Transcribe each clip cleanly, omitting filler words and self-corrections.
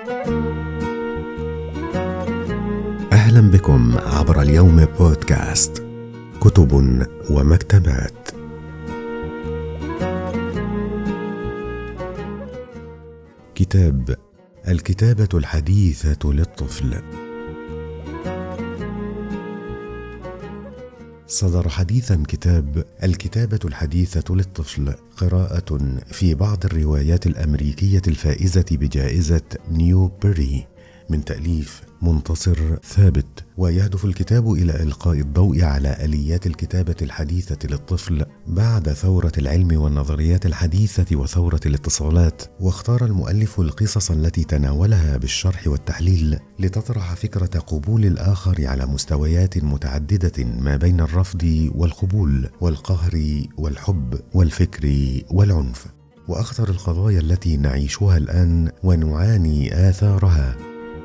أهلا بكم عبر اليوم بودكاست كتب ومكتبات. كتاب الكتابة الحديثة للطفل. صدر حديثا كتاب الكتابة الحديثة للطفل، قراءة في بعض الروايات الأمريكية الفائزة بجائزة نيوبري من تأليف منتصر ثابت. ويهدف الكتاب إلى إلقاء الضوء على آليات الكتابة الحديثة للطفل بعد ثورة العلم والنظريات الحديثة وثورة الاتصالات. واختار المؤلف القصص التي تناولها بالشرح والتحليل لتطرح فكرة قبول الآخر على مستويات متعددة ما بين الرفض والقبول والقهر والحب والفكر والعنف، وأخطر القضايا التي نعيشها الآن ونعاني آثارها.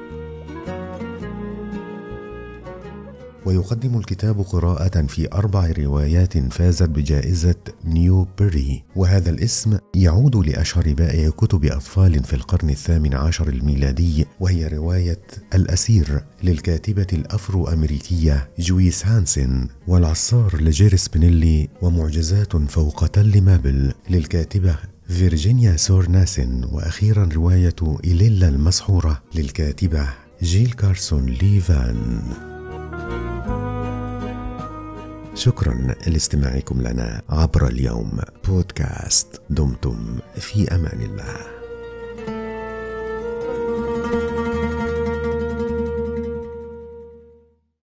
ويقدم الكتاب قراءة في 4 روايات فازت بجائزة نيوبري، وهذا الاسم يعود لأشهر بائع كتب أطفال في القرن 18 الميلادي، وهي رواية الأسير للكاتبة الأفرو أمريكية جويس هانسن، والعصار لجيري سبينيلي، ومعجزات فوق تل مابل للكاتبة فيرجينيا سورناسن، وأخيرا رواية إليلا المسحورة للكاتبة جيل كارسون ليفان. شكرا لاستماعكم لنا عبر اليوم بودكاست. دمتم في أمان الله.